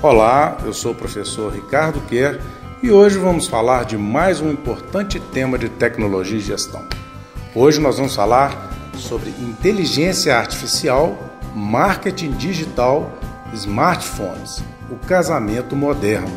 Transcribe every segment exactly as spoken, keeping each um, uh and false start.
Olá, eu sou o professor Ricardo Quer e hoje vamos falar de mais um importante tema de tecnologia e gestão. Hoje nós vamos falar sobre inteligência artificial, marketing digital, smartphones, o casamento moderno.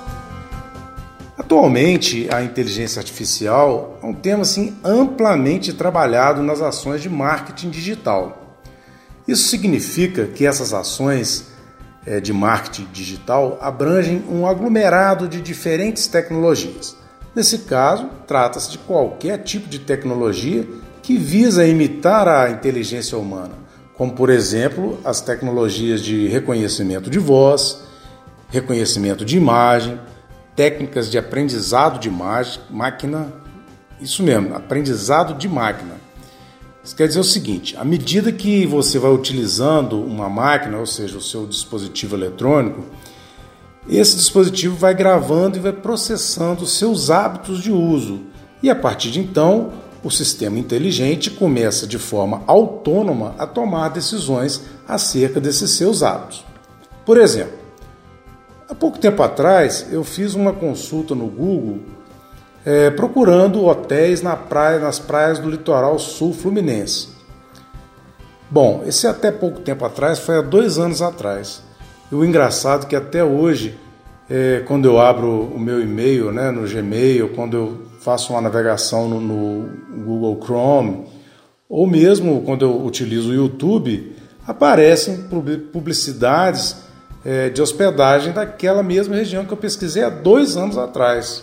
Atualmente, a inteligência artificial é um tema assim, amplamente trabalhado nas ações de marketing digital. Isso significa que essas ações de marketing digital abrangem um aglomerado de diferentes tecnologias. Nesse caso, trata-se de qualquer tipo de tecnologia que visa imitar a inteligência humana, como, por exemplo, as tecnologias de reconhecimento de voz, reconhecimento de imagem, técnicas de aprendizado de imagem, máquina, isso mesmo, aprendizado de máquina. Isso quer dizer o seguinte, à medida que você vai utilizando uma máquina, ou seja, o seu dispositivo eletrônico, esse dispositivo vai gravando e vai processando os seus hábitos de uso. E a partir de então, o sistema inteligente começa de forma autônoma a tomar decisões acerca desses seus hábitos. Por exemplo, há pouco tempo atrás eu fiz uma consulta no Google É, procurando hotéis na praia, nas praias do litoral sul fluminense. Bom, esse até pouco tempo atrás foi há dois anos atrás. E o engraçado é que até hoje, é, quando eu abro o meu e-mail, né, no Gmail, quando eu faço uma navegação no, no Google Chrome, ou mesmo quando eu utilizo o YouTube, aparecem publicidades é, de hospedagem daquela mesma região que eu pesquisei há dois anos atrás.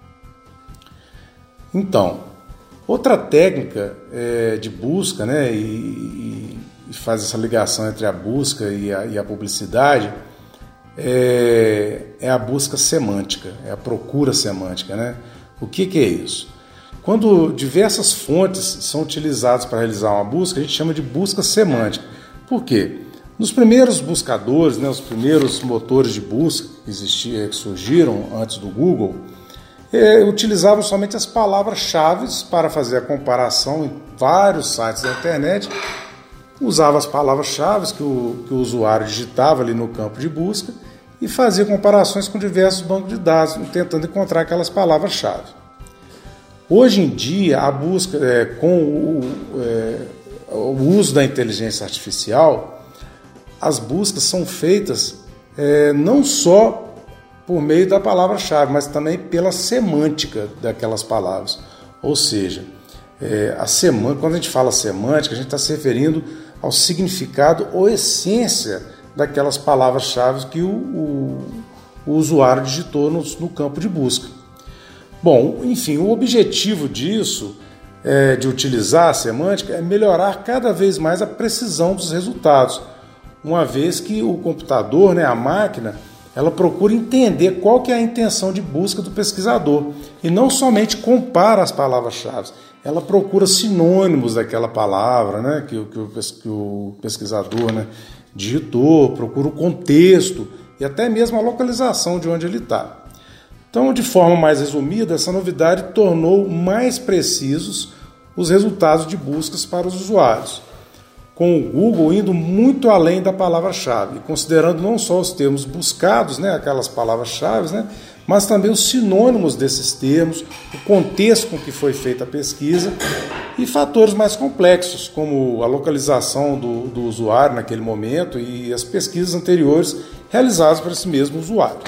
Então, outra técnica é, de busca, né, e, e faz essa ligação entre a busca e a, e a publicidade, é, é a busca semântica, é a procura semântica. Né? O que, que é isso? Quando diversas fontes são utilizadas para realizar uma busca, a gente chama de busca semântica. Por quê? Nos primeiros buscadores, né, os primeiros motores de busca que, existiam, que surgiram antes do Google, É, utilizavam somente as palavras-chave para fazer a comparação em vários sites da internet, usava as palavras-chave que o, que o usuário digitava ali no campo de busca e fazia comparações com diversos bancos de dados, tentando encontrar aquelas palavras-chave. Hoje em dia, a busca, é, com o, é, o uso da inteligência artificial, as buscas são feitas é, não só por meio da palavra-chave, mas também pela semântica daquelas palavras. Ou seja, é, a semântica, quando a gente fala semântica, a gente está se referindo ao significado ou essência daquelas palavras-chave que o, o, o usuário digitou no, no campo de busca. Bom, enfim, o objetivo disso, é, de utilizar a semântica, é melhorar cada vez mais a precisão dos resultados, uma vez que o computador, né, a máquina, ela procura entender qual que é a intenção de busca do pesquisador e não somente compara as palavras-chave, ela procura sinônimos daquela palavra, né, que, que, o, que o pesquisador, né, digitou, procura o contexto e até mesmo a localização de onde ele está. Então, de forma mais resumida, essa novidade tornou mais precisos os resultados de buscas para os usuários, com o Google indo muito além da palavra-chave, considerando não só os termos buscados, né, aquelas palavras-chave, né, mas também os sinônimos desses termos, o contexto com que foi feita a pesquisa e fatores mais complexos, como a localização do, do usuário naquele momento e as pesquisas anteriores realizadas por esse mesmo usuário.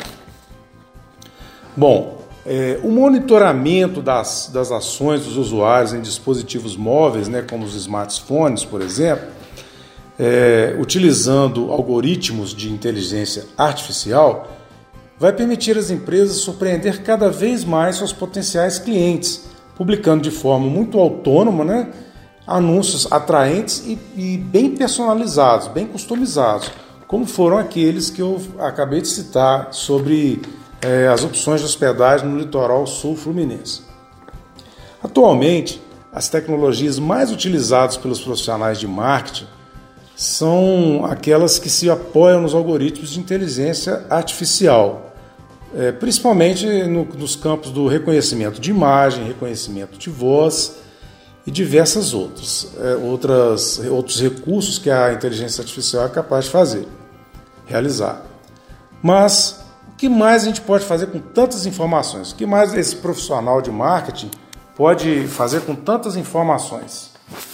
Bom, é, o monitoramento das, das ações dos usuários em dispositivos móveis, né, como os smartphones, por exemplo, É, utilizando algoritmos de inteligência artificial, vai permitir às empresas surpreender cada vez mais seus potenciais clientes, publicando de forma muito autônoma, né, anúncios atraentes e, e bem personalizados, bem customizados, como foram aqueles que eu acabei de citar sobre é, as opções de hospedagem no litoral sul fluminense. Atualmente, as tecnologias mais utilizadas pelos profissionais de marketing são aquelas que se apoiam nos algoritmos de inteligência artificial, é, principalmente no, nos campos do reconhecimento de imagem, reconhecimento de voz e diversas outras, é, outras, outros recursos que a inteligência artificial é capaz de fazer, realizar. Mas o que mais a gente pode fazer com tantas informações? O que mais esse profissional de marketing pode fazer com tantas informações?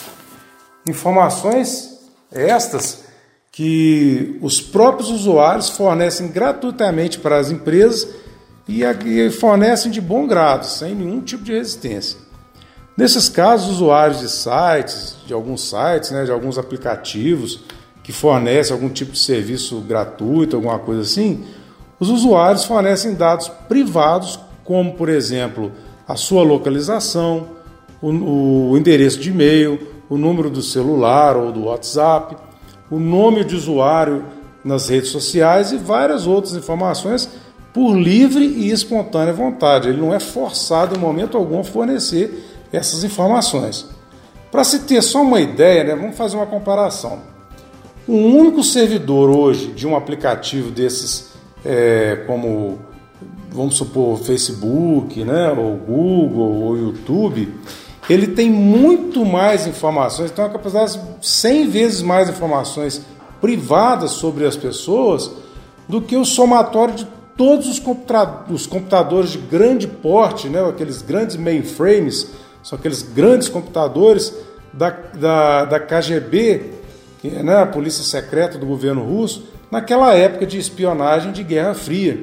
Informações estas que os próprios usuários fornecem gratuitamente para as empresas e fornecem de bom grado, sem nenhum tipo de resistência. Nesses casos, usuários de sites, de alguns sites, né, de alguns aplicativos que fornecem algum tipo de serviço gratuito, alguma coisa assim, os usuários fornecem dados privados, como, por exemplo, a sua localização, o, o endereço de e-mail, o número do celular ou do WhatsApp, o nome de usuário nas redes sociais e várias outras informações por livre e espontânea vontade. Ele não é forçado em momento algum a fornecer essas informações. Para se ter só uma ideia, né, vamos fazer uma comparação. Um único servidor hoje de um aplicativo desses, é, como, vamos supor, Facebook, né, ou Google, ou YouTube, ele tem muito mais informações, tem uma capacidade de cem vezes mais informações privadas sobre as pessoas do que o somatório de todos os, computa- os computadores de grande porte, né, aqueles grandes mainframes, são aqueles grandes computadores da, da, da K G B, que, né, a Polícia Secreta do governo russo, naquela época de espionagem de Guerra Fria.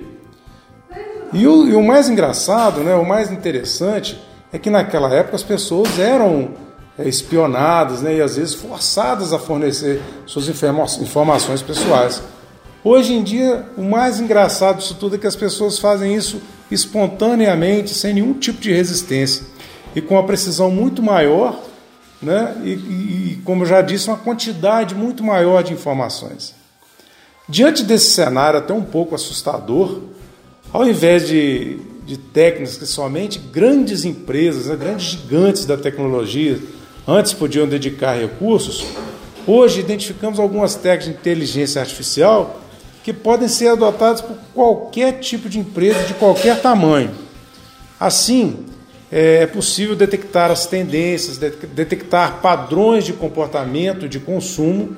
E o, e o mais engraçado, né, o mais interessante, é que naquela época as pessoas eram é, espionadas, né, e às vezes forçadas a fornecer suas informa- informações pessoais. Hoje em dia, o mais engraçado disso tudo é que as pessoas fazem isso espontaneamente, sem nenhum tipo de resistência, e com uma precisão muito maior, né, e, e, como eu já disse, uma quantidade muito maior de informações. Diante desse cenário até um pouco assustador, ao invés de, de técnicas que somente grandes empresas, né, grandes gigantes da tecnologia, antes podiam dedicar recursos, hoje identificamos algumas técnicas de inteligência artificial que podem ser adotadas por qualquer tipo de empresa, de qualquer tamanho. Assim, é possível detectar as tendências, detectar padrões de comportamento, de consumo,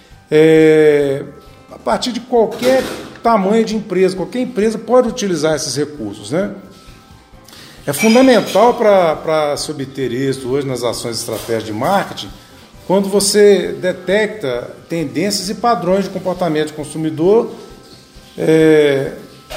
é, a partir de qualquer tamanho de empresa. Qualquer empresa pode utilizar esses recursos, né? É fundamental para se obter êxito hoje nas ações estratégicas de marketing quando você detecta tendências e padrões de comportamento do consumidor é,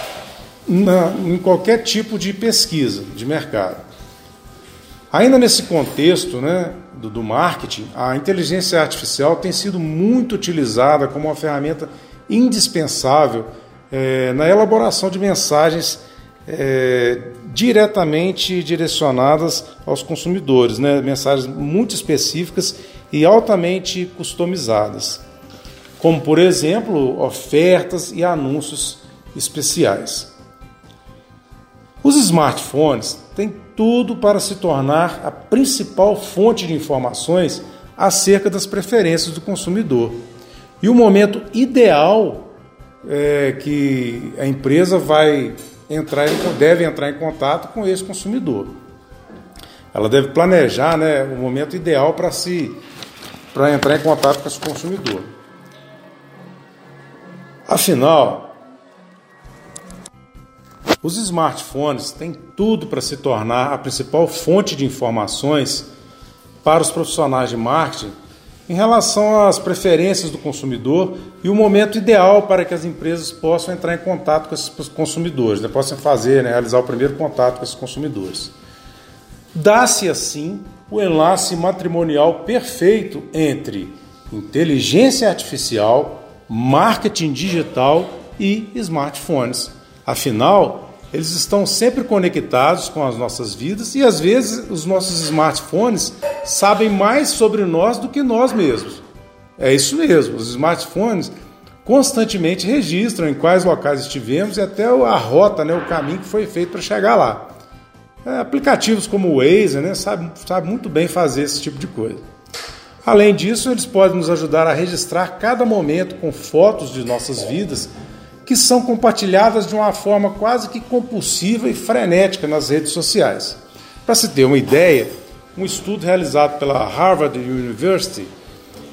na, em qualquer tipo de pesquisa de mercado. Ainda nesse contexto, né, do, do marketing, a inteligência artificial tem sido muito utilizada como uma ferramenta indispensável é, na elaboração de mensagens é, diretamente direcionadas aos consumidores, né, mensagens muito específicas e altamente customizadas, como, por exemplo, ofertas e anúncios especiais. Os smartphones têm tudo para se tornar a principal fonte de informações acerca das preferências do consumidor. E o momento ideal é que a empresa vai entrar, deve entrar em contato com esse consumidor. Ela deve planejar, né, o momento ideal para se para entrar em contato com esse consumidor. Afinal, os smartphones têm tudo para se tornar a principal fonte de informações para os profissionais de marketing em relação às preferências do consumidor e o momento ideal para que as empresas possam entrar em contato com esses consumidores, né, possam fazer, né, realizar o primeiro contato com esses consumidores. Dá-se, assim, o enlace matrimonial perfeito entre inteligência artificial, marketing digital e smartphones. Afinal, eles estão sempre conectados com as nossas vidas e, às vezes, os nossos smartphones sabem mais sobre nós do que nós mesmos. É isso mesmo, os smartphones constantemente registram em quais locais estivemos e até a rota, né, o caminho que foi feito para chegar lá. É, aplicativos como o Waze, né, sabe, sabe muito bem fazer esse tipo de coisa. Além disso, eles podem nos ajudar a registrar cada momento com fotos de nossas vidas que são compartilhadas de uma forma quase que compulsiva e frenética nas redes sociais. Para se ter uma ideia, um estudo realizado pela Harvard University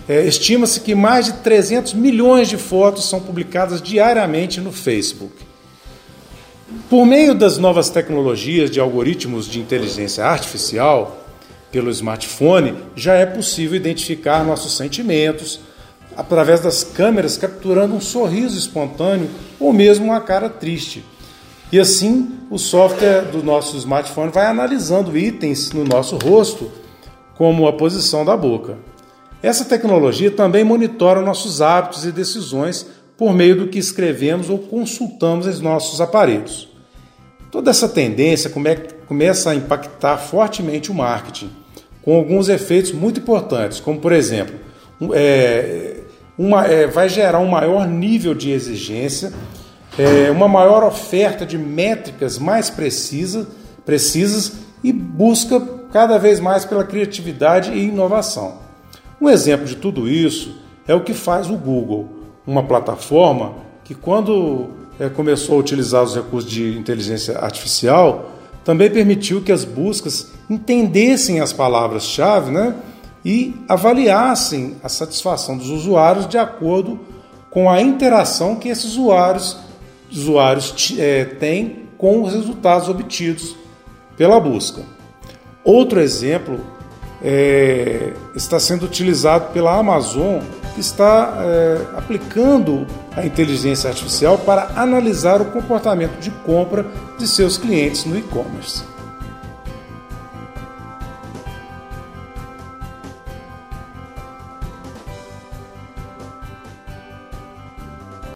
É, estima-se que mais de trezentos milhões de fotos são publicadas diariamente no Facebook. Por meio das novas tecnologias de algoritmos de inteligência artificial, pelo smartphone, já é possível identificar nossos sentimentos através das câmeras capturando um sorriso espontâneo ou mesmo uma cara triste. E assim, o software do nosso smartphone vai analisando itens no nosso rosto, como a posição da boca. Essa tecnologia também monitora nossos hábitos e decisões por meio do que escrevemos ou consultamos em nossos aparelhos. Toda essa tendência come- começa a impactar fortemente o marketing, com alguns efeitos muito importantes, como, por exemplo, é, uma, é, vai gerar um maior nível de exigência, é, uma maior oferta de métricas mais precisa, precisas e busca cada vez mais pela criatividade e inovação. Um exemplo de tudo isso é o que faz o Google, uma plataforma que, quando é, começou a utilizar os recursos de inteligência artificial, também permitiu que as buscas entendessem as palavras-chave, né, e avaliassem a satisfação dos usuários de acordo com a interação que esses usuários, usuários é, têm com os resultados obtidos pela busca. Outro exemplo é, está sendo utilizado pela Amazon, que está é, aplicando a inteligência artificial para analisar o comportamento de compra de seus clientes no e-commerce.